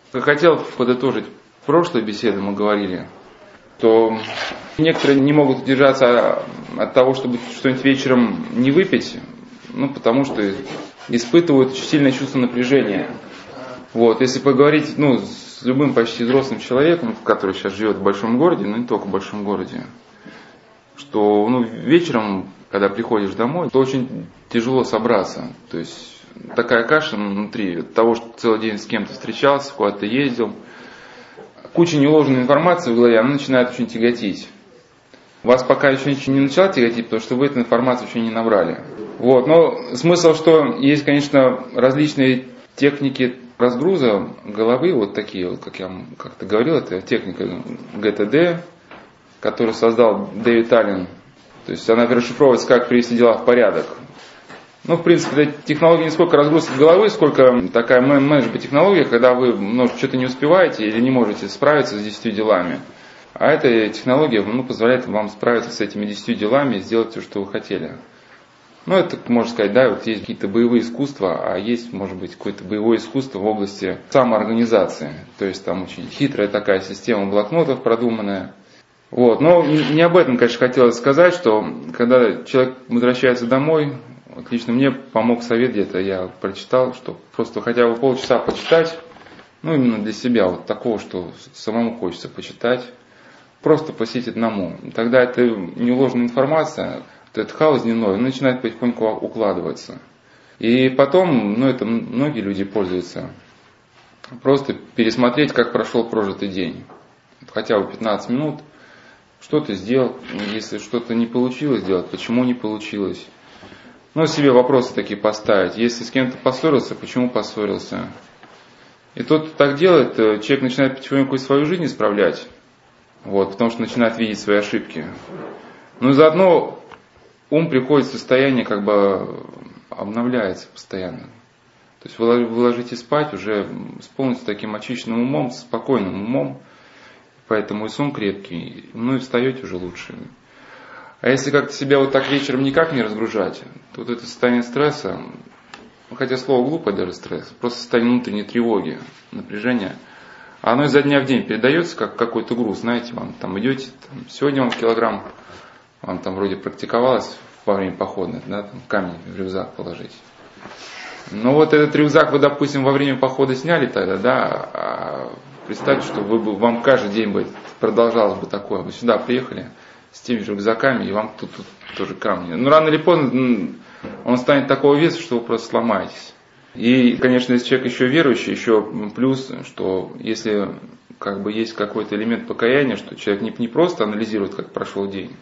Хотел подытожить прошлой беседы, мы говорили, что некоторые не могут удержаться от того, чтобы что-нибудь вечером не выпить, потому что испытывают очень сильное чувство напряжения. Если поговорить, с любым почти взрослым человеком, который сейчас живет в большом городе, но не только в большом городе, что вечером, когда приходишь домой, то очень тяжело собраться. То есть такая каша внутри от того, что целый день с кем-то встречался, куда-то ездил. Куча неуложенной информации в голове, она начинает очень тяготить. Вас пока еще ничего не начало тяготить, потому что вы эту информацию еще не набрали. Но смысл, что есть, конечно, различные техники разгруза головы, такие, как я как-то говорил, это техника ГТД, которую создал Дэвид Аллен. То есть она расшифровывается, как привести дела в порядок. В принципе, это технология не сколько разгрузки головы, сколько такая менеджмент-технология, когда вы что-то не успеваете или не можете справиться с 10 делами. А эта технология позволяет вам справиться с этими 10 делами и сделать все, что вы хотели. Это, можно сказать, есть какие-то боевые искусства, а есть, может быть, какое-то боевое искусство в области самоорганизации. То есть там очень хитрая такая система блокнотов продуманная. Но не об этом, конечно, хотелось сказать, что когда человек возвращается домой, лично мне помог совет где-то, я прочитал, что просто хотя бы полчаса почитать, именно для себя, такого, что самому хочется почитать, просто посидеть одному. Тогда это неуложенная информация, этот хаос дневной, он начинает потихоньку укладываться. И потом, это многие люди пользуются, просто пересмотреть, как прошел прожитый день. Хотя бы 15 минут, что ты сделал, если что-то не получилось сделать, почему не получилось. Себе вопросы такие поставить. Если с кем-то поссорился, почему поссорился. И тот, кто так делает, человек начинает потихоньку свою жизнь исправлять, потому что начинает видеть свои ошибки. И заодно ум приходит в состояние, обновляется постоянно. То есть вы ложитесь спать уже с полностью таким очищенным умом, с спокойным умом, поэтому и сон крепкий, и встаете уже лучше. А если как-то себя так вечером никак не разгружать, то это состояние стресса, хотя слово глупое даже стресс, просто состояние внутренней тревоги, напряжения, оно изо дня в день передается как какой-то груз, знаете, вам идете, сегодня вам килограмм, вам вроде практиковалось во время похода, камень в рюкзак положить. Этот рюкзак вы, допустим, во время похода сняли тогда, а представьте, что вам каждый день продолжалось бы такое, вы сюда приехали с теми же рюкзаками, и вам тут тоже камни. Рано или поздно он станет такого веса, что вы просто сломаетесь. И, конечно, если человек еще верующий, еще плюс, что если есть какой-то элемент покаяния, что человек не просто анализирует, как прошел день,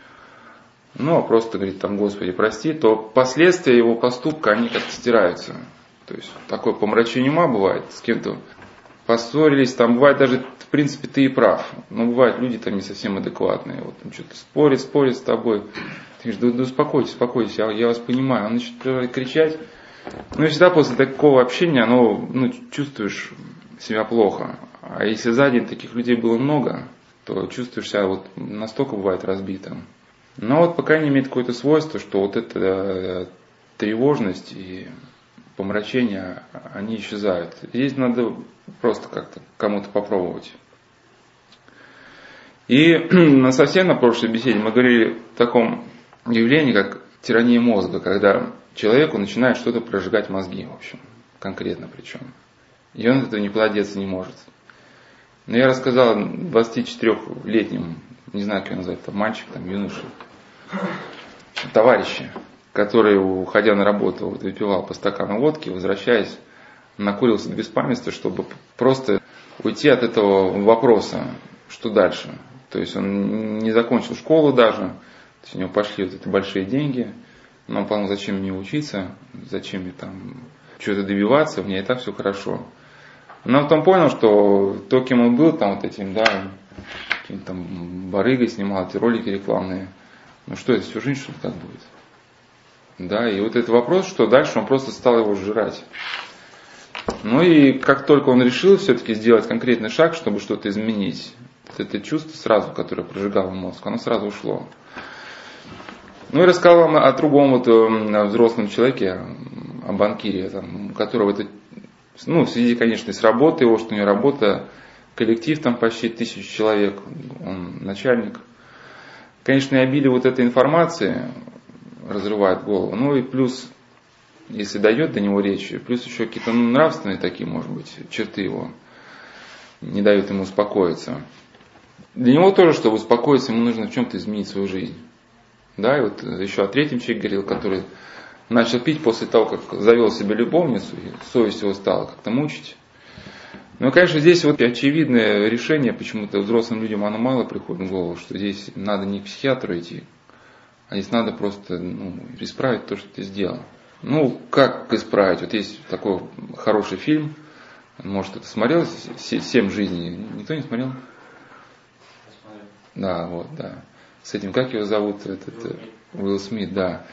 а просто говорит Господи, прости, то последствия его поступка, они как-то стираются. То есть такое помрачение ума бывает, с кем-то поссорились, бывает даже, в принципе, ты и прав. Но бывают люди не совсем адекватные. Что-то спорит с тобой. Ты говоришь, да успокойтесь, я вас понимаю. Он начинает кричать. И всегда после такого общения, чувствуешь себя плохо. А если за день таких людей было много, то чувствуешь себя настолько бывает разбитым. Но покаяние имеет какое-то свойство, что эта тревожность и помрачения, они исчезают. Здесь надо просто как-то кому-то попробовать. И совсем на прошлой беседе мы говорили о таком явлении, как тирания мозга, когда человеку начинает что-то прожигать мозги, в общем, конкретно причем. И он от этого никуда деться не может. Но я рассказал 24-летнему, не знаю, как его назвать, мальчик, юноша, товарищи, который, уходя на работу, выпивал по стакану водки, возвращаясь, накурился до беспамятства, чтобы просто уйти от этого вопроса, что дальше. То есть он не закончил школу даже, то есть у него пошли эти большие деньги, но он подумал, зачем мне учиться, зачем мне что-то добиваться, у меня и так все хорошо. Но он потом понял, что то, кем он был, каким-то барыгой снимал эти ролики рекламные, что это всю жизнь, что ли, так будет? И этот вопрос, что дальше, он просто стал его сжирать. И как только он решил все-таки сделать конкретный шаг, чтобы что-то изменить, это чувство сразу, которое прожигало мозг, оно сразу ушло. И рассказал вам о другом взрослом человеке, о банкире, у которого это Ну, в связи, конечно, с работой его, что у него работа, коллектив там почти 1000 человек, он начальник. Конечно, и обилие вот этой информации разрывает голову. Ну и плюс, если дойдет до него речь, плюс еще какие-то нравственные такие, может быть, черты его не дают ему успокоиться. Для него тоже, чтобы успокоиться, ему нужно в чем-то изменить свою жизнь. Да, и вот еще о третьем человеке говорил, который начал пить после того, как завел себе любовницу, и совесть его стала как-то мучить. Ну, конечно, здесь вот очевидное решение, почему-то взрослым людям оно мало приходит в голову, что здесь надо не к психиатру идти, а здесь надо просто исправить то, что ты сделал. Ну, как исправить? Вот есть такой хороший фильм, может, кто-то смотрел «7 жизней». Никто не смотрел? Да, вот, да. С этим, как его зовут? Уилл Смит, да.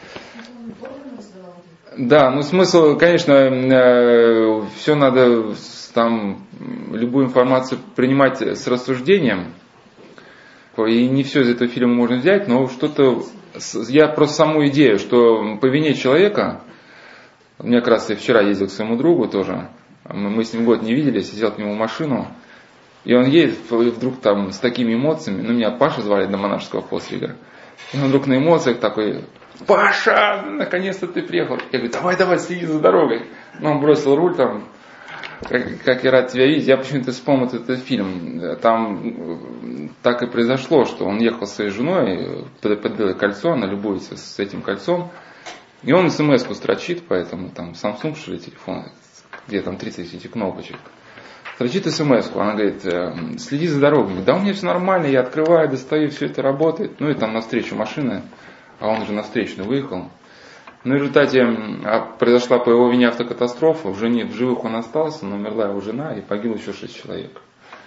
Да, ну смысл, конечно, все надо там любую информацию принимать с рассуждением. И не все из этого фильма можно взять, но что-то, я просто саму идею, что по вине человека, я как раз и вчера ездил к своему другу тоже, мы с ним год не виделись, сидел к нему в машину, и он едет, и вдруг там с такими эмоциями, ну меня Паша звали до монашеского подвига, и он вдруг на эмоциях такой: «Паша, наконец-то ты приехал». Я говорю: давай, следи за дорогой. Ну, он бросил руль там, как я рад тебя видеть. Я почему-то вспомнил этот фильм. Там так и произошло, что он ехал со своей женой под белое кольцо, она любуется с этим кольцом. И он смс-ку строчит, поэтому там Samsung, что ли, телефон, где там 30 этих кнопочек. Строчит смс-ку, она говорит: следи за дорогой. Да у меня все нормально, я открываю, достаю, все это работает. Ну и там навстречу машины, а он уже на встречную выехал. Но в результате произошла по его вине автокатастрофа, в живых он остался, но умерла его жена и погибло еще 6 человек.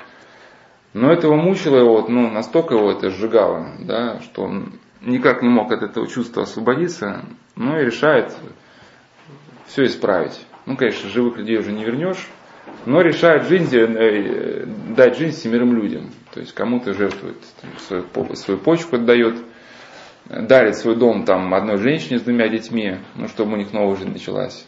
Но это его мучило, его, настолько его это сжигало, да, что он никак не мог от этого чувства освободиться, но и решает все исправить. Ну, конечно, живых людей уже не вернешь, но решает дать жизнь 7 людям. То есть кому-то жертвует свою почку отдает, дарит свой дом там одной женщине с 2 детьми, чтобы у них новая жизнь началась.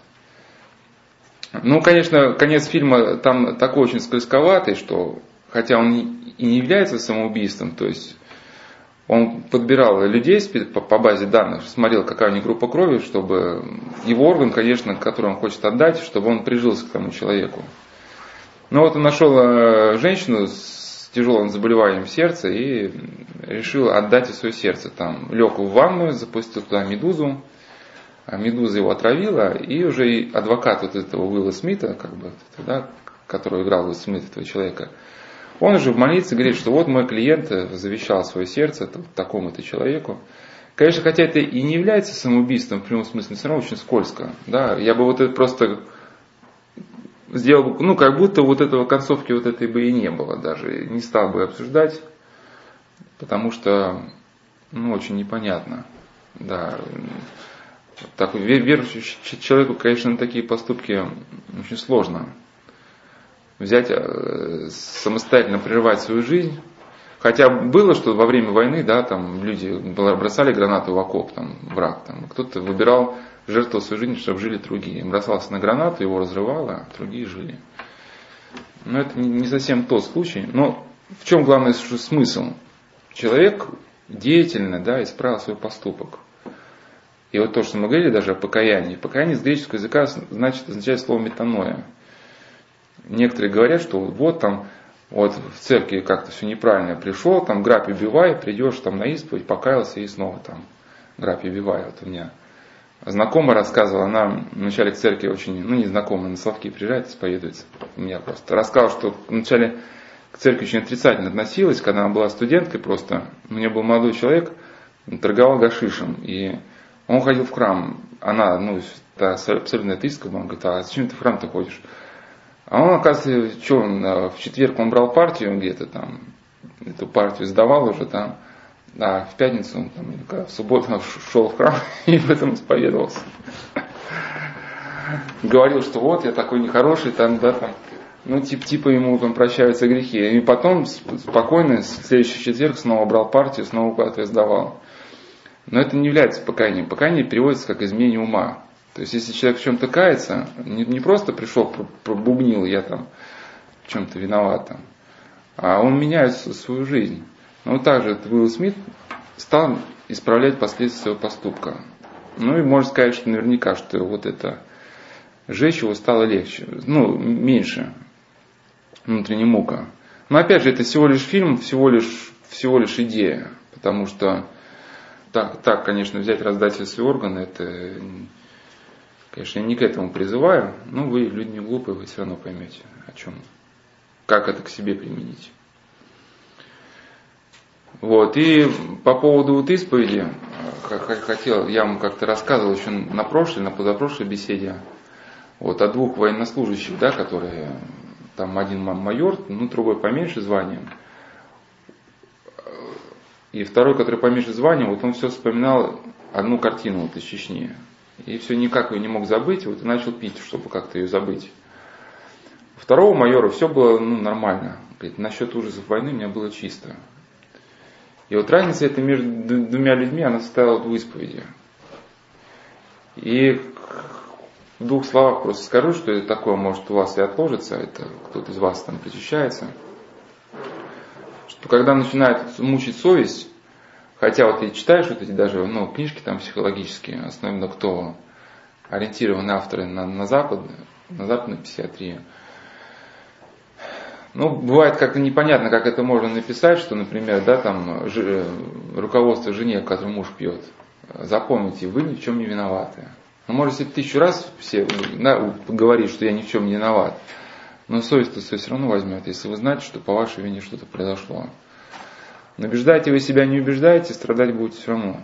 Ну, конечно, конец фильма там такой очень скользковатый, что, хотя он и не является самоубийством, то есть он подбирал людей по базе данных, смотрел, какая у них группа крови, чтобы его орган, конечно, который он хочет отдать, чтобы он прижился к тому человеку. Но вот он нашел женщину с тяжелым заболеванием сердца и решил отдать ей свое сердце. Там лег в ванную, запустил туда медузу, а медуза его отравила, и уже и адвокат вот этого Уилла Смита, который играл Уилл Смит, этого человека, он уже в молитве говорит, что вот мой клиент завещал свое сердце такому-то человеку. Конечно, хотя это и не является самоубийством в прямом смысле, все равно очень скользко. Да? Я бы вот это просто сделал, как будто вот этого концовки вот этой бы и не было даже. Не стал бы обсуждать, потому что, очень непонятно. Да. Так, верующему человеку, конечно, на такие поступки очень сложно взять, самостоятельно прерывать свою жизнь. Хотя было, что во время войны, да, там люди бросали гранаты в окоп, там, враг, там, кто-то выбирал, жертвовал свою жизнь, чтобы жили другие. Бросался на гранату, его разрывало, а другие жили. Но это не совсем тот случай. Но в чем главный смысл? Человек деятельно, да, исправил свой поступок. И вот то, что мы говорили даже о покаянии. Покаяние с греческого языка означает слово метаноя. Некоторые говорят, что вот в церкви как-то все неправильно пришел, там грабь убивай, придешь там на исповедь, покаялся и снова там грабь убивай. Вот у меня знакомая рассказывала, она вначале к церкви очень, незнакомая, на Славки приезжает, исповедуется. У меня просто рассказала, что вначале к церкви очень отрицательно относилась, когда она была студенткой просто. У меня был молодой человек, торговал гашишем, и он ходил в храм. Она, абсолютно атеистка была, он говорит: а зачем ты в храм-то ходишь? А он, оказывается, в четверг он брал партию где-то там, эту партию сдавал уже там, а в пятницу он в субботу он шел в храм и в этом исповедовался. Говорил, что вот я такой нехороший, типа ему там прощаются грехи. И потом спокойно, в следующий четверг снова брал партию, снова куда-то сдавал. Но это не является покаянием. Покаяние переводится как изменение ума. То есть, если человек в чем-то кается, не просто пришел, пробубнил, я там в чем-то виноват, а он меняет свою жизнь. Но вот так же Уилл Смит стал исправлять последствия своего поступка. Ну и можно сказать, что наверняка, что вот это сжечь его стало легче, меньше внутренняя мука. Но опять же, это всего лишь фильм, всего лишь идея, потому что так, конечно, взять, раздать все свои органы, это, конечно, я не к этому призываю, но вы, люди не глупые, вы все равно поймете, о чем, как это к себе применить. Вот, и по поводу вот исповеди, я вам как-то рассказывал еще на позапрошлой беседе, вот о двух военнослужащих, да, которые, там один майор, другой поменьше званием, и второй, который поменьше званием, вот он все вспоминал одну картину вот из Чечни, и все никак ее не мог забыть, вот и начал пить, чтобы как-то ее забыть. У второго майора все было нормально, говорит, насчет ужасов войны у меня было чисто. И вот разница эта между двумя людьми, она состояла в исповеди. И в двух словах просто скажу, что это такое, может, у вас и отложится, это кто-то из вас там причащается, что когда начинает мучить совесть, хотя вот ты читаешь вот эти даже книжки там психологические, особенно кто ориентированы авторы на западную психиатрию, бывает как-то непонятно, как это можно написать, что, например, да, там руководство жене, которую муж пьет, запомните, вы ни в чем не виноваты. Может, если 1000 раз все говорит, что я ни в чем не виноват, но совесть-то все равно возьмет, если вы знаете, что по вашей вине что-то произошло. Но убеждаете вы себя, не убеждаете, страдать будете все равно.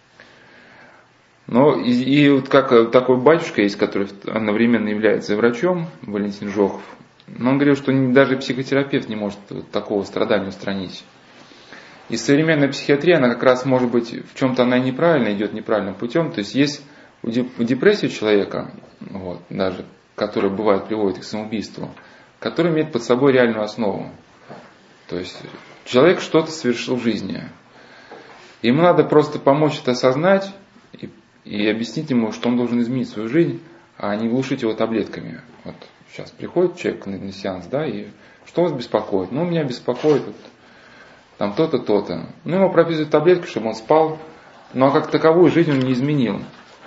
Но и вот как такой батюшка есть, который одновременно является и врачом, Валентин Жохов, но он говорил, что даже психотерапевт не может такого страдания устранить. И современная психиатрия, она как раз может быть, в чем-то она неправильно идет неправильным путем. То есть у депрессии человека, даже, которая бывает приводит к самоубийству, который имеет под собой реальную основу. То есть человек что-то совершил в жизни. Ему надо просто помочь это осознать и объяснить ему, что он должен изменить свою жизнь, а не глушить его таблетками. Вот сейчас приходит человек на сеанс, да, и что вас беспокоит? Меня беспокоит там то-то, то-то. Ему прописывают таблетки, чтобы он спал, а как таковую жизнь он не изменил.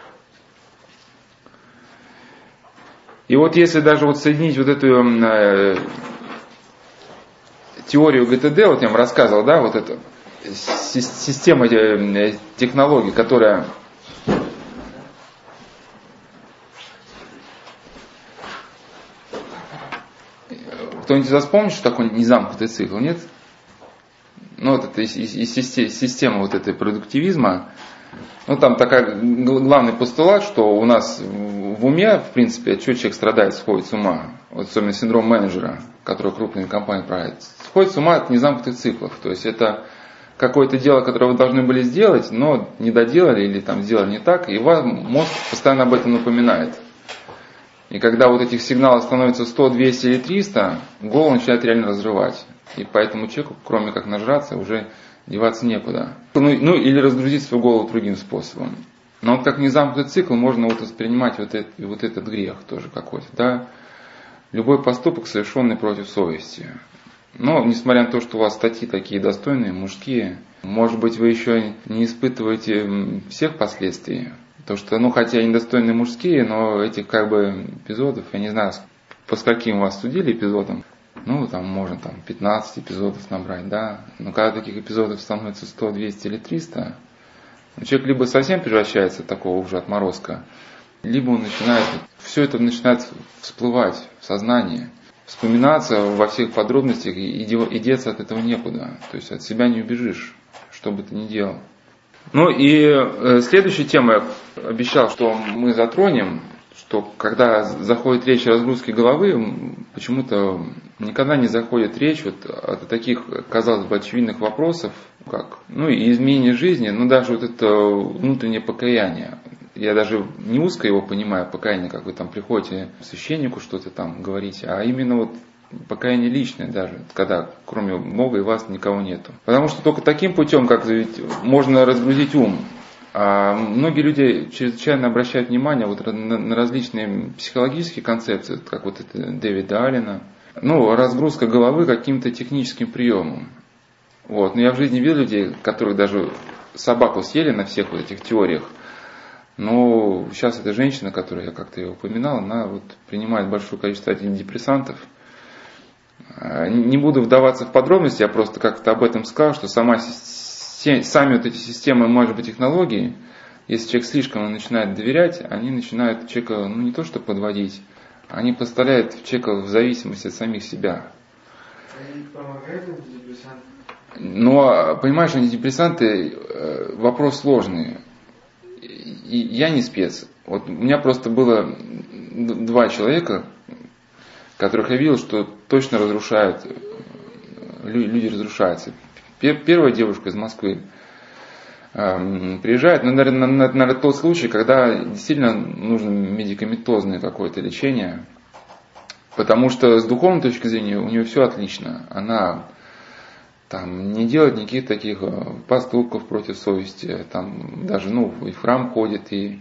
И вот если даже соединить эту теорию ГТД, я вам рассказывал, да, эта система технологий, которая кто-нибудь вспомнит, что такое незамкнутый цикл, нет? Это из системы этой продуктивизма. Там такая главный постулат, что у нас в уме, в принципе, от чего человек страдает, сходит с ума, особенно синдром менеджера, который крупными компаниями правит, сходит с ума от незамкнутых циклов. То есть это какое-то дело, которое вы должны были сделать, но не доделали или сделали не так, и вам мозг постоянно об этом напоминает. И когда этих сигналов становится 100, 200 или 300, голову начинает реально разрывать. И поэтому человеку, кроме как нажраться, уже деваться некуда. Или разгрузить свою голову другим способом. Но как незамкнутый цикл можно воспринимать этот грех тоже какой-то. Да? Любой поступок, совершенный против совести. Но, несмотря на то, что у вас статьи такие достойные, мужские, может быть, вы еще не испытываете всех последствий. Потому что, хотя и недостойные мужские, но этих эпизодов, я не знаю, по скольким вас судили эпизодам, можно 15 эпизодов набрать, да. Но когда таких эпизодов становится 100, 200 или 300, человек либо совсем превращается в такого уже отморозка, либо он все это начинает всплывать в сознании, вспоминаться во всех подробностях и деться от этого некуда. То есть от себя не убежишь, что бы ты ни делал. И следующая тема, я обещал, что мы затронем, что когда заходит речь о разгрузке головы, почему-то никогда не заходит речь о таких, казалось бы, очевидных вопросов, как и изменение жизни, даже это внутреннее покаяние. Я даже не узко его понимаю, покаяние, как вы приходите к священнику что-то говорите, а именно покаяние личное даже, когда кроме Бога и вас никого нету. Потому что только таким путем, как можно разгрузить ум. А многие люди чрезвычайно обращают внимание вот на различные психологические концепции, как вот это Дэвида Аллена. Разгрузка головы каким-то техническим приемом. Вот. Но я в жизни видел людей, которые даже собаку съели на всех вот этих теориях. Но сейчас эта женщина, которую я как-то ее упоминал, она вот принимает большое количество антидепрессантов. Не буду вдаваться в подробности, я просто как-то об этом сказал, что сами вот эти системы, может быть, технологии, если человек слишком начинает доверять, они начинают человека, не то что подводить, они поставляют человека в зависимости от самих себя. Они помогают антидепрессанты? Понимаешь, антидепрессанты вопрос сложный. И я не спец. Вот у меня просто было 2 человека, которых я видел, что точно разрушают, люди разрушаются. Первая девушка из Москвы приезжает, наверное, тот случай, когда действительно нужно медикаментозное какое-то лечение, потому что с духовной точки зрения у нее все отлично. Она там не делает никаких таких поступков против совести, там даже и в храм ходит, и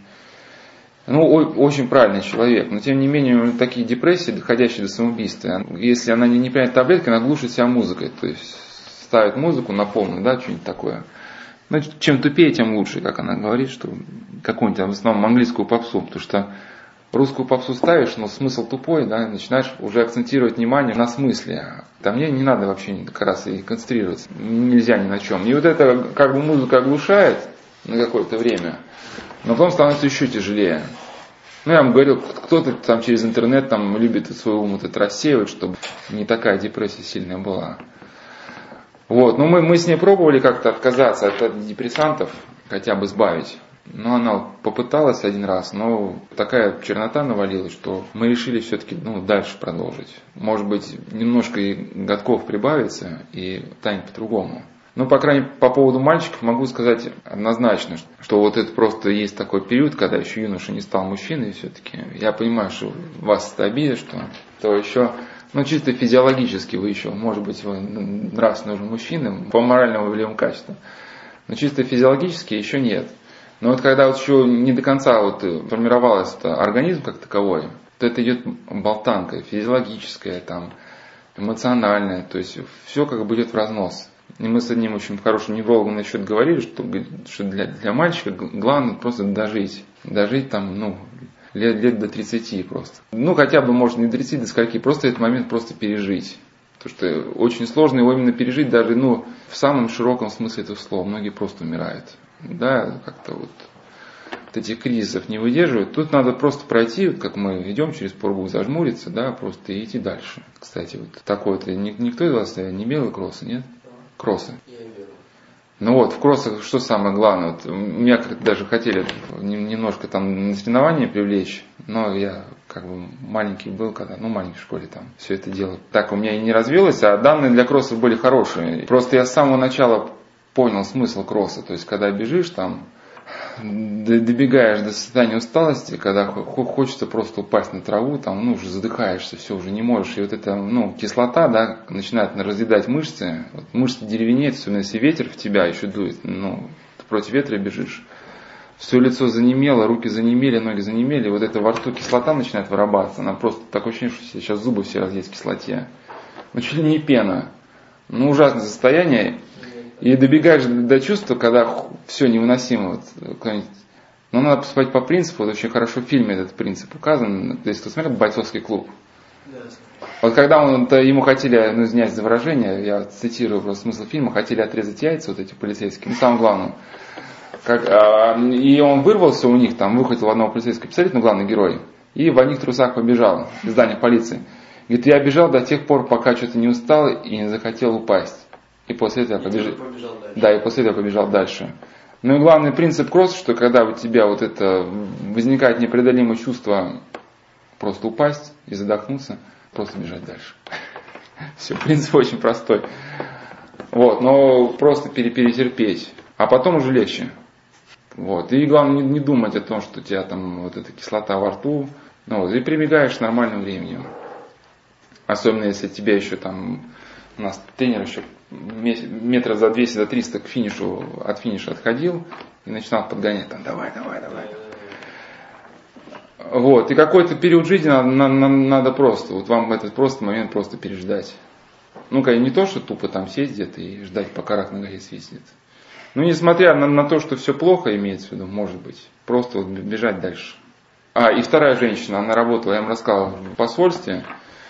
очень правильный человек, но тем не менее у него такие депрессии, доходящие до самоубийства. Если она не примет таблетки, она глушит себя музыкой, то есть ставит музыку на полную, что-нибудь такое. Чем тупее, тем лучше, как она говорит, что какую-нибудь, в основном, английскую попсу, потому что русскую попсу ставишь, но смысл тупой, начинаешь уже акцентировать внимание на смысле. Там мне не надо вообще как раз и концентрироваться, нельзя ни на чем. И вот это как бы музыка оглушает на какое-то время, но потом становится еще тяжелее. Я вам говорил, кто-то там через интернет там любит свой ум рассеивать, чтобы не такая депрессия сильная была. Вот, мы с ней пробовали как-то отказаться от антидепрессантов, хотя бы сбавить. Но она попыталась один раз, но такая чернота навалилась, что мы решили все-таки дальше продолжить. Может быть, немножко и годков прибавится и станет по-другому. По крайней мере, по поводу мальчиков могу сказать однозначно, что вот это просто есть такой период, когда еще юноша не стал мужчиной все-таки. Я понимаю, что вас это обидит, что еще, чисто физиологически вы еще, может быть, вы нравственно уже мужчина, по моральному волевым качествам, но чисто физиологически еще нет. Но вот когда еще не до конца формировался организм как таковой, то это идет болтанка физиологическая, эмоциональная, то есть все как бы идет в разнос. И мы с одним очень хорошим неврологом насчет говорили, что для мальчика главное просто дожить. Дожить лет до 30 просто. Хотя бы, может, не до 30, до скольки, просто этот момент просто пережить. Потому что очень сложно его именно пережить даже, в самом широком смысле этого слова. Многие просто умирают. Как-то вот этих кризисов не выдерживают. Тут надо просто пройти, как мы идем через порбук, зажмуриться, просто и идти дальше. Кстати, такое-то, никто из вас не белые кроссы, нет? Кроссы. В кроссах что самое главное? Меня как-то даже хотели немножко на соревнования привлечь, но я как бы маленький был, когда, маленький в школе все это дело. Так у меня и не развилось, а данные для кроссов были хорошие. Просто я с самого начала понял смысл кросса. То есть, когда бежишь добегаешь до состояния усталости, когда хочется просто упасть на траву, уже задыхаешься, все, уже не можешь. И вот эта, кислота, начинает разъедать мышцы. Мышцы деревенеют, особенно если ветер в тебя еще дует, ты против ветра бежишь. Все лицо занемело, руки занемели, ноги занемели. Вот это во рту кислота начинает вырабатываться. Она просто такое ощущение, что сейчас зубы все разъесть в кислоте. Чуть ли не пена. Ужасное состояние. И добегаешь до чувства, когда все невыносимо. Надо поступать по принципу, очень хорошо в фильме этот принцип указан. Если ты смотрел «Бойцовский клуб». Когда ему хотели, извиняюсь за выражение, я цитирую просто смысл фильма, хотели отрезать яйца эти полицейские, самое главное. И он вырвался у них, выхватил одного полицейского пистолета, главный герой, и в одних трусах побежал из здания полиции. Говорит, я бежал до тех пор, пока что-то не устал и не захотел упасть. И после этого побежал дальше. И главный принцип кросса, что когда у тебя возникает непреодолимое чувство просто упасть и задохнуться, просто бежать дальше. Все, принцип очень простой. Но просто перетерпеть. А потом уже легче. И главное не думать о том, что у тебя эта кислота во рту. И прибегаешь к нормальному времени. Особенно если тебя еще У нас тренер еще метров за 200, за 300 к финишу, от финиша отходил и начинал подгонять, там, давай. Вот, и какой-то период жизни надо просто, вот вам этот просто момент просто переждать. Ну, конечно, не то, что тупо там сесть где-то и ждать, пока рак на горе свистнет. Ну, несмотря на то, что все плохо, имеется в виду, может быть, просто вот бежать дальше. И вторая женщина, она работала, я вам рассказал, в посольстве.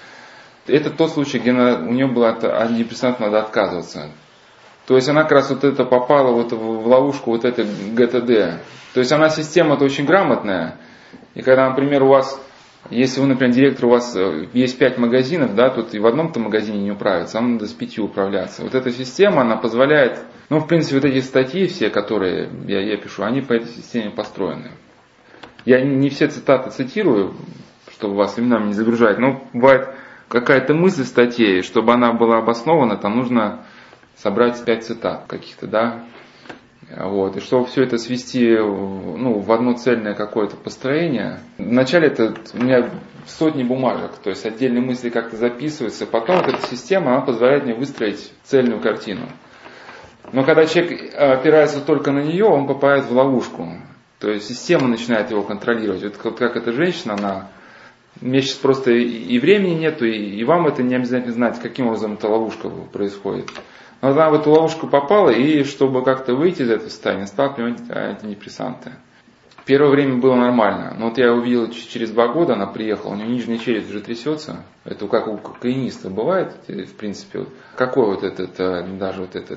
Это тот случай, где у нее было от антидепрессантов надо отказываться. То есть она как раз вот это попала вот в ловушку вот этой ГТД. То есть она система-то очень грамотная. И когда, например, у вас, если вы, например, директор, у вас есть 5 магазинов, да, тут и в одном-то магазине не управиться, вам надо с 5 управляться. Вот эта система, она позволяет, ну, в принципе, вот эти статьи все, которые я пишу, они по этой системе построены. Я не все цитаты цитирую, чтобы вас временами не загружать, но бывает какая-то мысль в статье, чтобы она была обоснована, там нужно собрать 5 цитат каких-то, да. Вот. И чтобы все это свести в одно цельное какое-то построение, вначале это у меня сотни бумажек, то есть отдельные мысли как-то записываются, потом вот эта система, она позволяет мне выстроить цельную картину. Но когда человек опирается только на нее, он попадает в ловушку. То есть система начинает его контролировать. Вот как эта женщина, она... Мне сейчас просто и времени нету, и вам это не обязательно знать, каким образом эта ловушка происходит. Но она в эту ловушку попала, и чтобы как-то выйти из этого состояния, стала принимать антидепрессанты. Первое время было нормально, но вот я увидел, через 2 года она приехала, у нее нижняя челюсть уже трясется. Это как у кокаиниста бывает, в принципе. Вот. Какой вот этот, даже вот этот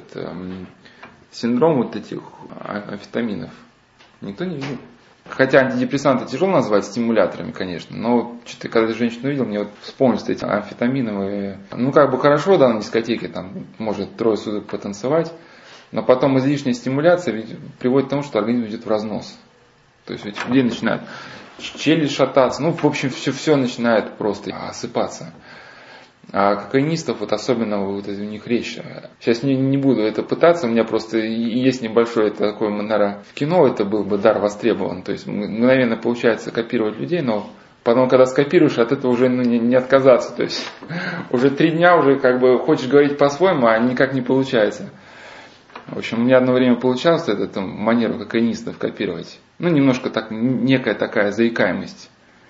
синдром вот этих амфетаминов? Никто не видел. Хотя антидепрессанты тяжело назвать стимуляторами, конечно, но что-то, когда женщину увидел, мне вот вспомнились эти амфетаминовые. Ну, как бы хорошо, да, на дискотеке, там, может 3 суток потанцевать, но потом излишняя стимуляция приводит к тому, что организм идет в разнос. То есть у людей начинает челюсть шататься, ну, в общем, все начинает просто осыпаться. А кокаинистов, вот особенно вот у них речь. Сейчас не буду это пытаться, у меня просто есть небольшое такое, наверное, в кино это был бы дар востребован. То есть мгновенно получается копировать людей, но потом, когда скопируешь, от этого уже не отказаться. То есть уже 3 дня уже как бы хочешь говорить по-своему, а никак не получается. В общем, у меня одно время получалось эту манеру кокаинистов копировать. Ну, немножко так, некая такая заикаемость.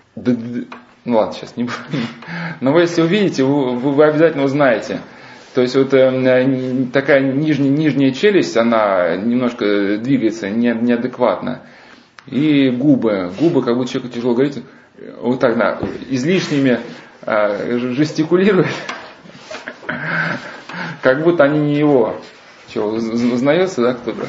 Ну ладно, сейчас не буду. Но вы, если увидите, вы обязательно узнаете. То есть вот такая нижняя челюсть, она немножко двигается неадекватно. И губы как будто человеку тяжело говорить, вот так, да, излишними жестикулирует, как будто они не его. Что, узнается, да, кто-то?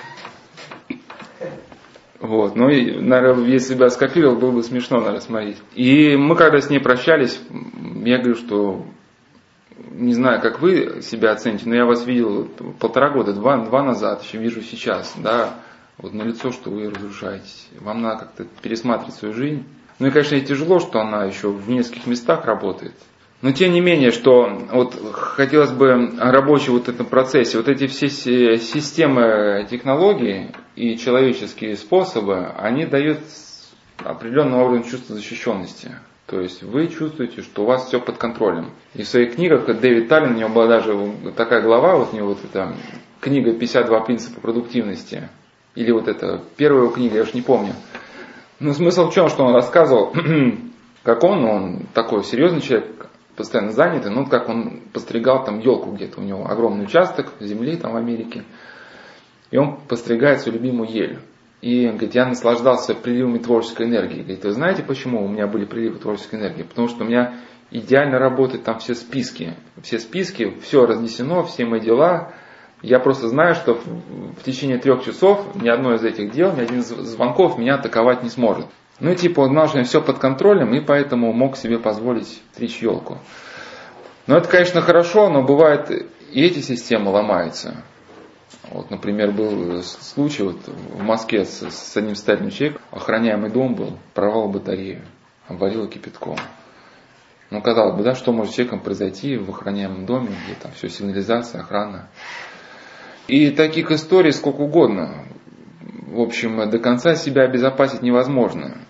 Вот, ну, и, наверное, если бы я скопировал, было бы смешно, наверное, смотреть. И мы когда с ней прощались, я говорю, что не знаю, как вы себя оцените, но я вас видел 1,5 года, 2 назад, еще вижу сейчас, да, вот на лицо, что вы разрушаетесь. Вам надо как-то пересматривать свою жизнь. Ну и, конечно, и тяжело, что она еще в нескольких местах работает. Но тем не менее, что вот хотелось бы рабочий вот этом процессе, вот эти все системы технологий и человеческие способы, они дают определенный уровень чувства защищенности. То есть вы чувствуете, что у вас все под контролем. И в своих книгах Дэвид Таллин, у него была даже такая глава, вот у него вот эта книга «52 принципа продуктивности». Или вот эта первая его книга, я уж не помню. Но смысл в чем, что он рассказывал, как он такой серьезный человек, постоянно занятый, ну как он постригал там елку где-то, у него огромный участок земли там в Америке, и он постригает свою любимую ель. И он говорит, я наслаждался приливами творческой энергии. Говорит, вы знаете, почему у меня были приливы творческой энергии? Потому что у меня идеально работают там все списки, все разнесено, все мои дела. Я просто знаю, что в течение 3 часов ни одно из этих дел, ни один из звонков меня атаковать не сможет. Ну, типа, он знал, что все под контролем, и поэтому мог себе позволить стричь елку. Но это, конечно, хорошо, но бывает, и эти системы ломаются. Вот, например, был случай вот, в Москве с одним состоятельным человеком, охраняемый дом был, порвал батарею, обвалило кипятком. Ну, казалось бы, да, что может с человеком произойти в охраняемом доме, где там все сигнализация, охрана. И таких историй сколько угодно. В общем, до конца себя обезопасить невозможно.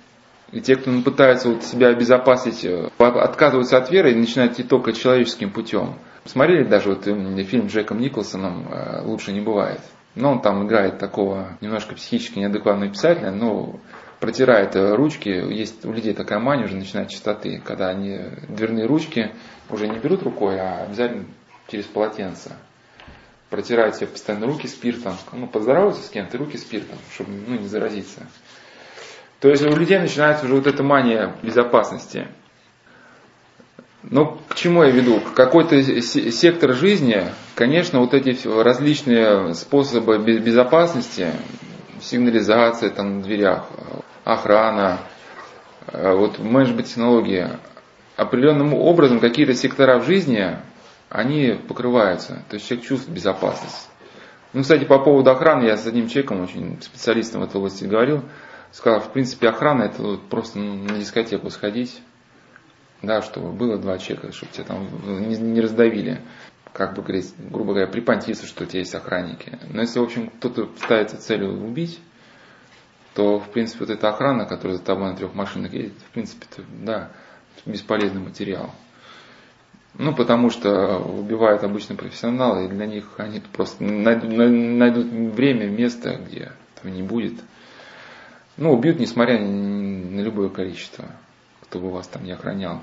И те, кто пытается вот себя обезопасить, отказываются от веры и начинают идти только человеческим путем. Смотрели даже вот фильм с Джеком Николсоном «Лучше не бывает». Но он там играет такого немножко психически неадекватного писателя, но протирает ручки. Есть у людей такая мания уже начинает чистоты, когда они дверные ручки уже не берут рукой, а обязательно через полотенце. Протирают себе постоянно руки спиртом. Поздороваются с кем-то, руки спиртом, чтобы не заразиться. То есть у людей начинается уже вот эта мания безопасности. Но к чему я веду? Какой-то сектор жизни, конечно, вот эти различные способы безопасности, сигнализация там на дверях, охрана, вот менеджмент-технологии, определенным образом какие-то сектора в жизни, они покрываются. То есть человек чувствует безопасность. Кстати, по поводу охраны, я с одним человеком, очень специалистом в этой области говорил, сказал, в принципе, охрана это вот просто на дискотеку сходить, да, чтобы было 2 человека, чтобы тебя там не раздавили, как бы говорить, грубо говоря, припонтиться, что у тебя есть охранники. Но если, в общем, кто-то ставится целью убить, то, в принципе, вот эта охрана, которая за тобой на 3 машинах едет, в принципе, да, бесполезный материал. Потому что убивают обычно профессионалы, и для них они просто найдут время, место, где этого не будет. Убьют, несмотря на любое количество, кто бы вас там не охранял.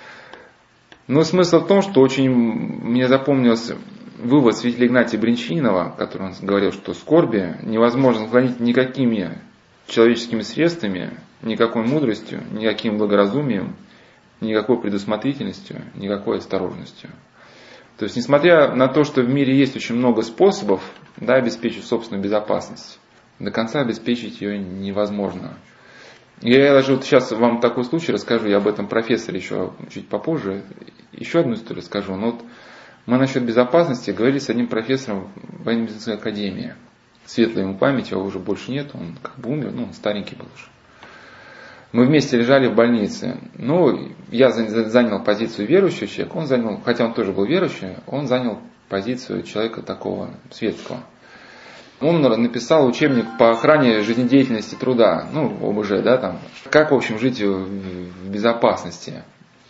Но смысл в том, что очень мне запомнился вывод святителя Игнатия Бринчанинова, который он говорил, что скорби невозможно склонить никакими человеческими средствами, никакой мудростью, никаким благоразумием, никакой предусмотрительностью, никакой осторожностью. То есть, несмотря на то, что в мире есть очень много способов, да, обеспечить собственную безопасность, до конца обеспечить ее невозможно. Я даже вот сейчас вам такой случай расскажу, я об этом профессоре еще чуть попозже, еще одну историю расскажу. Но вот мы насчет безопасности говорили с одним профессором военно-медицинской академии. Светлая ему память, его уже больше нет, он как бы умер, он старенький был уже. Мы вместе лежали в больнице. Я занял позицию верующего человека, он занял, хотя он тоже был верующий, он занял позицию человека такого светского. Он написал учебник по охране жизнедеятельности труда, ОБЖ, да, там, как, в общем, жить в безопасности.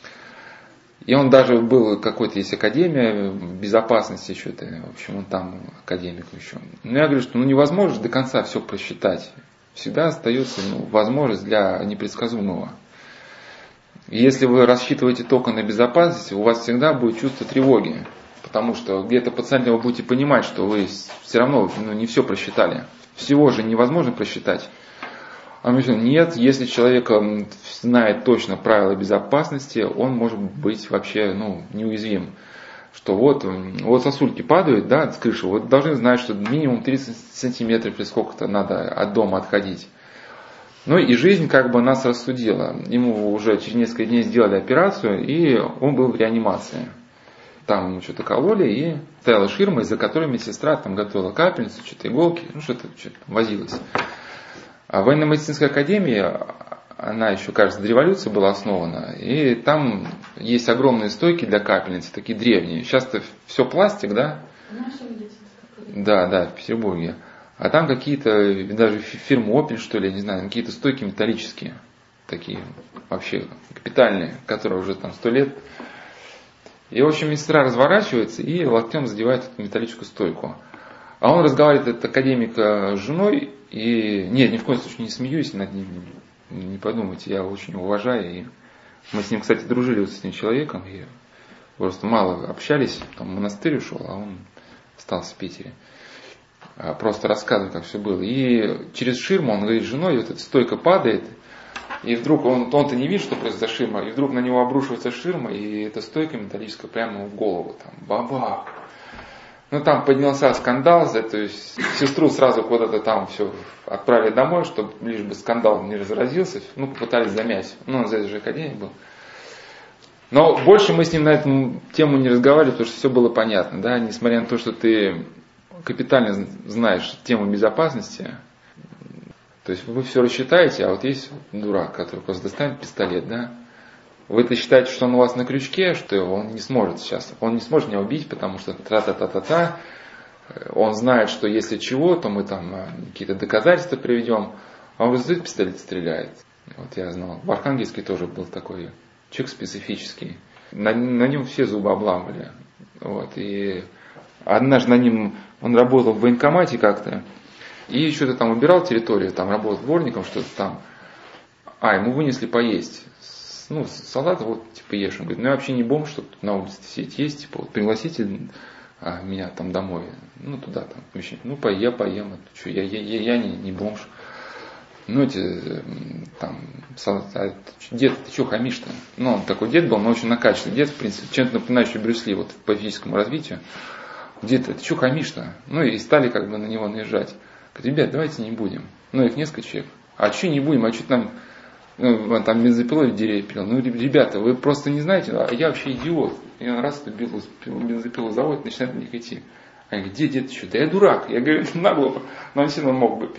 И он даже был, какой-то есть академия безопасности еще-то, в общем, он там академик еще. Я говорю, что невозможно до конца все просчитать. Всегда остается возможность для непредсказуемого. И если вы рассчитываете только на безопасность, у вас всегда будет чувство тревоги. Потому что где-то подсознательно вы будете понимать, что вы все равно не все просчитали. Всего же невозможно просчитать. А мы говорим, нет, если человек знает точно правила безопасности, он может быть вообще неуязвим. Что вот сосульки падают, да, с крыши, вот должны знать, что минимум 30 сантиметров или сколько-то надо от дома отходить. И жизнь как бы нас рассудила. Ему уже через несколько дней сделали операцию, и он был в реанимации. Там ему что-то кололи, и стояла ширма, из-за которой медсестра там готовила капельницу, что-то иголки, что-то возилось. А военно-медицинская академия, она еще, кажется, до революции была основана, и там есть огромные стойки для капельницы, такие древние. Сейчас-то все пластик, да? Да, в Петербурге. А там какие-то, даже фирмы Opel, что ли, я не знаю, какие-то стойки металлические, такие вообще капитальные, которые уже там 100 лет. И, в общем, медсестра разворачивается и локтем задевает эту металлическую стойку. А он разговаривает, этот академик, с женой, и нет, ни в коем случае не смеюсь над ним, не подумайте, я очень уважаю. И мы с ним, кстати, дружили с этим человеком, и просто мало общались, там в монастырь ушел, а он остался в Питере. Просто рассказываю, как все было. И через ширму он говорит с женой, и вот эта стойка падает, и вдруг он-то не видит, что происходит за ширмой, и вдруг на него обрушивается ширма, и эта стойка металлическая прямо в голову, там, баба. Там поднялся скандал, то есть сестру сразу куда-то там все отправили домой, чтобы лишь бы скандал не разразился, попытались замять. Он за этой же академией был. Но больше мы с ним на эту тему не разговаривали, потому что все было понятно, да, несмотря на то, что ты капитально знаешь тему безопасности, то есть вы все рассчитаете, а вот есть дурак, который просто достанет пистолет, да. Вы-то считаете, что он у вас на крючке, что он не сможет сейчас, он не сможет меня убить, потому что тра-та-та-та-та, он знает, что если чего, то мы там какие-то доказательства приведем, а он раздает пистолет и стреляет. Вот я знал. В Архангельске тоже был такой человек специфический. На нем все зубы обламывали. Вот. И однажды на ним, он работал в военкомате как-то, и что-то там убирал территорию, там работал дворником, что-то там. Ему вынесли поесть. Салат, вот, типа, ешь. Он говорит, я вообще не бомж, что тут на улице сидеть есть, типа, вот, пригласите меня там домой, туда, там, вообще, я поем, что, я не бомж. Дед, ты что хамишь-то? Он такой дед был, но очень накачанный дед, в принципе, чем-то напоминающий Брюс Ли, вот, по физическому развитию. Дед, ты что хамишь-то? И стали как бы на него наезжать. Говорит, ребят, давайте не будем. Их несколько человек. А что не будем, а что там... там бензопилой в деревья пилил. Ребята, вы просто не знаете, а я вообще идиот. И он раз эту бензопилу заводит, начинает на них идти. Они говорят, дед, что? Да я дурак. Я говорю, нагло, но он сильно мог бы.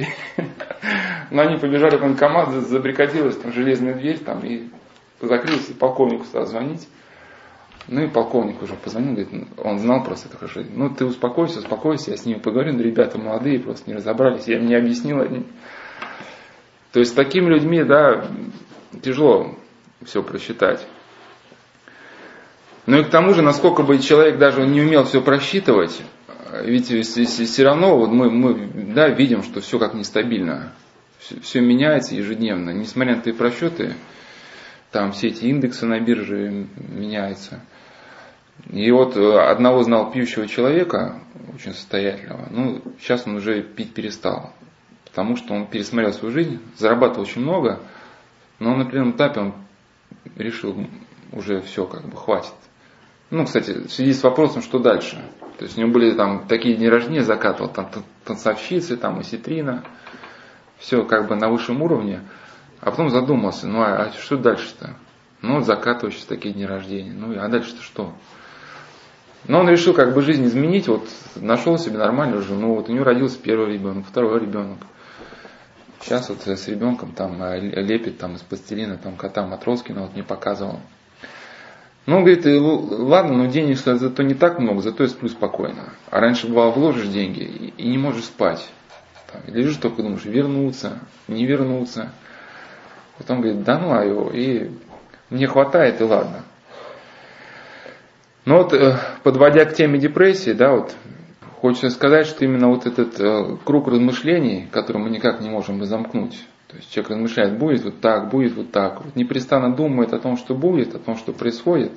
Но они побежали в военкомат, забрикадилась там железная дверь, там, и закрылась, и полковнику стал звонить. И полковник уже позвонил, говорит, он знал просто это хорошо. Ты успокойся, я с ними поговорю, ребята молодые, просто не разобрались, я им не объяснил. То есть с такими людьми, да, тяжело все просчитать. И к тому же, насколько бы человек даже не умел все просчитывать, ведь все равно вот мы видим, что все как нестабильно. Все меняется ежедневно. Несмотря на твои просчеты, там все эти индексы на бирже меняются. И вот одного знал пьющего человека, очень состоятельного, сейчас он уже пить перестал. Потому что он пересмотрел свою жизнь, зарабатывал очень много, но на определенном этапе он решил, уже все, хватит. Кстати, в связи с вопросом, что дальше. То есть у него были там такие дни рождения, закатывал, там танцовщицы, там осетрина, все на высшем уровне. А потом задумался, а что дальше-то? Закатываю сейчас такие дни рождения, а дальше-то что? Но он решил жизнь изменить, нашел себе нормальную жену, у него родился первый ребенок, второй ребенок. Сейчас с ребенком лепит из пластилина, кота Матроскина мне показывал. Говорит, ладно, денег зато не так много, зато я сплю спокойно. А раньше бывало, вложишь деньги и не можешь спать. Лежишь только думаешь, вернуться, не вернуться. Потом говорит, его, и мне хватает, и ладно. Но подводя к теме депрессии, хочется сказать, что именно этот круг размышлений, который мы никак не можем замкнуть. То есть человек размышляет, будет вот так, непрестанно думает о том, что будет, о том, что происходит.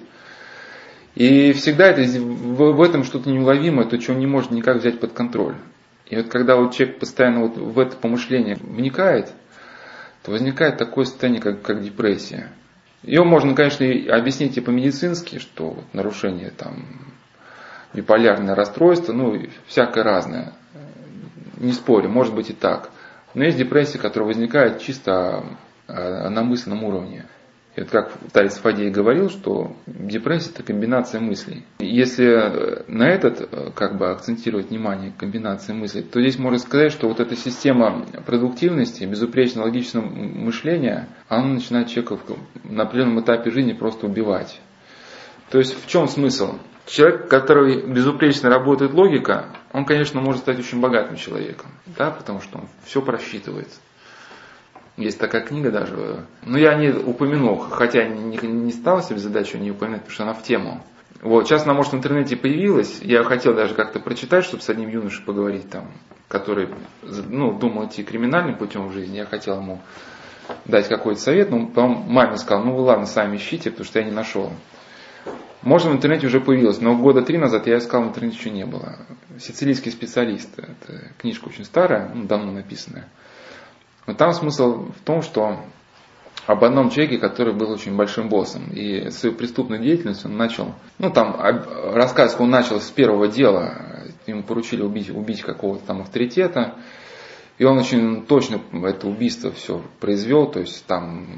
И всегда в этом что-то неуловимое, то, чего он не может никак взять под контроль. И когда человек постоянно в это помышление вникает, то возникает такое состояние, как депрессия. Ее можно, конечно, объяснить и по-медицински, что нарушение биполярное расстройство, всякое разное. Не спорю, может быть и так. Но есть депрессия, которая возникает чисто на мысленном уровне. И как старец Фадей говорил, что депрессия – это комбинация мыслей. Если на этот акцентировать внимание, комбинации мыслей, то здесь можно сказать, что эта система продуктивности, безупречного логичного мышления, она начинает человека на определенном этапе жизни просто убивать. То есть в чем смысл? Человек, который безупречно работает логика, он, конечно, может стать очень богатым человеком, потому что он все просчитывает. Есть такая книга даже, я о ней упомянул, хотя не стал себе задачу не упоминать, потому что она в тему. Сейчас она, может, в интернете появилась, я хотел даже как-то прочитать, чтобы с одним юношей поговорить, который думал идти криминальным путем в жизни, я хотел ему дать какой-то совет, но потом маме сказал, вы ладно, сами ищите, потому что я не нашел. Может, в интернете уже появилось, но года 3 назад я искал, в интернете еще не было. «Сицилийский специалист». Это книжка очень старая, давно написанная. Но там смысл в том, что об одном человеке, который был очень большим боссом. И свою преступную деятельность он начал, рассказ он начал с первого дела. Ему поручили убить какого-то авторитета. И он очень точно это убийство все произвел. То есть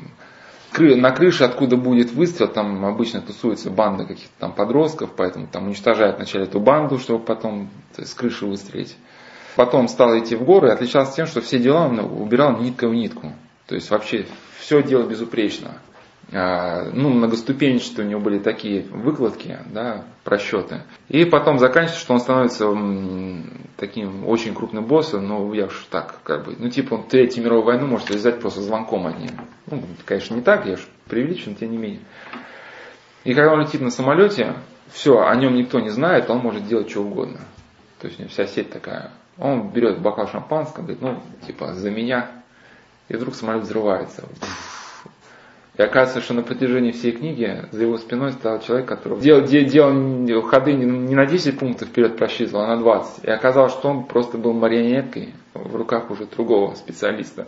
на крыше, откуда будет выстрел, там обычно тусуется банда каких-то подростков, поэтому уничтожают вначале эту банду, чтобы потом с крыши выстрелить. Потом стал идти в горы и отличался тем, что все дела он убирал нитка в нитку. То есть вообще все делал безупречно. многоступенчатые у него были такие выкладки, да, просчеты. И потом заканчивается, что он становится таким очень крупным боссом, но я уж так, он Третью мировую войну может связать просто звонком одним. Конечно, не так, я уж преувеличен, тем не менее. И когда он летит на самолете, все, о нем никто не знает, он может делать что угодно. То есть у него вся сеть такая. Он берет бокал шампанского, говорит, за меня. И вдруг самолет взрывается. И оказывается, что на протяжении всей книги за его спиной стоял человек, который делал ходы не на 10 пунктов вперед просчитывал, а на 20. И оказалось, что он просто был марионеткой в руках уже другого специалиста.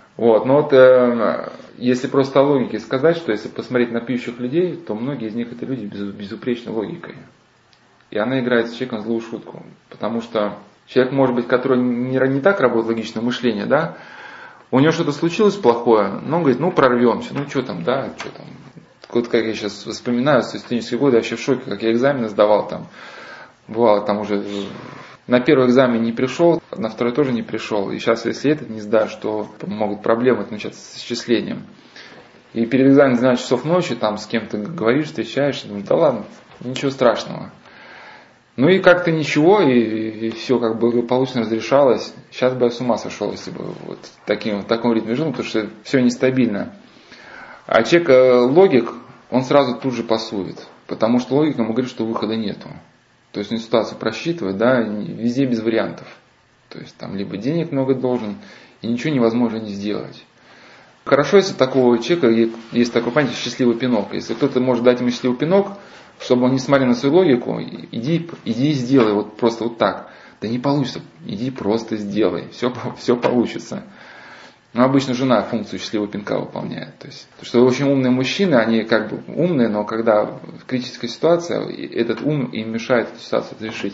Если просто о логике сказать, что если посмотреть на пьющих людей, то многие из них это люди с безупречной логикой. И она играет с человеком злую шутку. Потому что человек, может быть, который не так работает логичное мышление, да, у него что-то случилось плохое, но он говорит, прорвемся, что там. Вот как я сейчас вспоминаю, с студенческие годы, я вообще в шоке, как я экзамены сдавал там. Бывало там уже, на первый экзамен не пришел, на второй тоже не пришел. И сейчас, если этот не сдашь, то могут проблемы начаться с исчислением. И перед экзаменом 12 часов ночи, там с кем-то говоришь, встречаешься, думаешь, да ладно, ничего страшного. И как-то ничего, и все благополучно разрешалось. Сейчас бы я с ума сошел, если бы в таком ритме жил, потому что все нестабильно. А человек логик, он сразу тут же пасует, потому что логика ему говорит, что выхода нету. То есть он ситуацию просчитывает, да, везде без вариантов. То есть там либо денег много должен, и ничего невозможно не сделать. Хорошо, если такого человека есть такое понятие счастливый пинок. Если кто-то может дать ему счастливый пинок, чтобы он, несмотря на свою логику, иди и сделай просто вот так. Да не получится, иди просто сделай, все получится. Обычно жена функцию счастливого пинка выполняет. То есть, потому что очень умные мужчины, они умные, но когда в критической ситуации, этот ум им мешает эту ситуацию решить.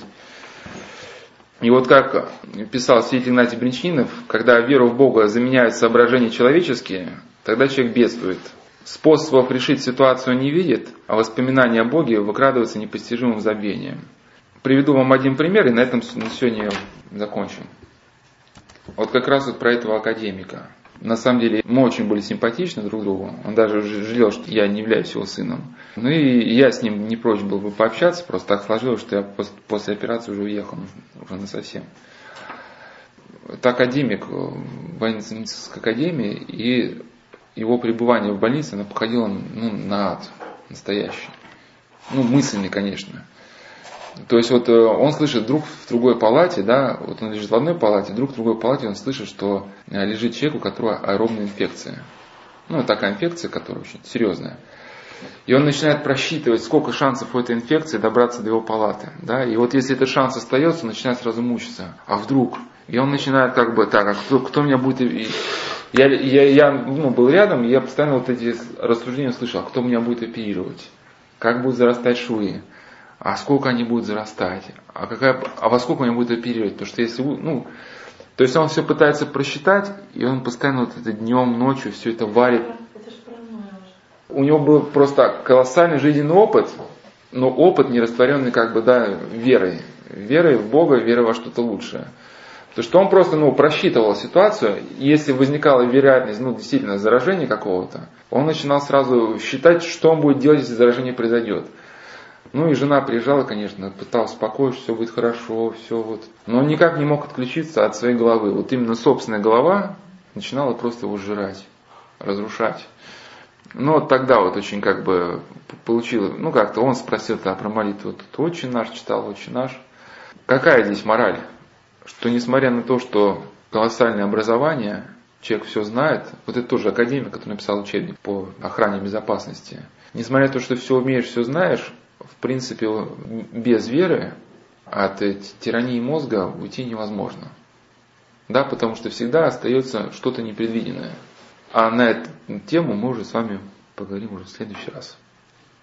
И как писал святитель Игнатий Бринчанинов, когда веру в Бога заменяют соображения человеческие, тогда человек бедствует. Способов решить ситуацию не видит, а воспоминания о Боге выкрадываются непостижимым забвением. Приведу вам один пример, и на этом сегодня закончим. Как раз про этого академика. На самом деле мы очень были симпатичны друг другу. Он даже жалел, что я не являюсь его сыном. И я с ним не прочь был бы пообщаться, просто так сложилось, что я после операции уже уехал, уже насовсем. Это академик военно-медицинской академии, и его пребывание в больнице, оно походило на ад настоящий. Мысленный, конечно. То есть он слышит вдруг в другой палате, да, он лежит в одной палате, вдруг в другой палате он слышит, что лежит человек, у которого аэробная инфекция. Такая инфекция, которая очень серьезная. И он начинает просчитывать, сколько шансов у этой инфекции добраться до его палаты. Да? И если этот шанс остается, он начинает сразу мучиться. А вдруг? И он начинает кто меня будет... Я был рядом, и я постоянно эти рассуждения слышал, кто меня будет оперировать, как будут зарастать швы, а сколько они будут зарастать, а во сколько меня будут оперировать, потому что если, то есть он все пытается просчитать, и он постоянно это днем, ночью все это варит. У него был просто колоссальный жизненный опыт, но опыт не растворенный верой. Верой в Бога, верой во что-то лучшее. То что он просто просчитывал ситуацию, и если возникала вероятность действительно заражения какого-то, он начинал сразу считать, что он будет делать, если заражение произойдет. И жена приезжала, конечно, пыталась успокоить, что все будет хорошо, все . Но он никак не мог отключиться от своей головы. Именно собственная голова начинала просто его сжирать, разрушать. Тогда очень получилось, как-то он спросил про молитву, «Отче наш», читал «Отче наш». Какая здесь мораль? Что несмотря на то, что колоссальное образование, человек все знает, это тоже академик, который написал учебник по охране безопасности. Несмотря на то, что все умеешь, все знаешь, в принципе, без веры от тирании мозга уйти невозможно. Да, потому что всегда остается что-то непредвиденное. А на эту тему мы уже с вами поговорим уже в следующий раз.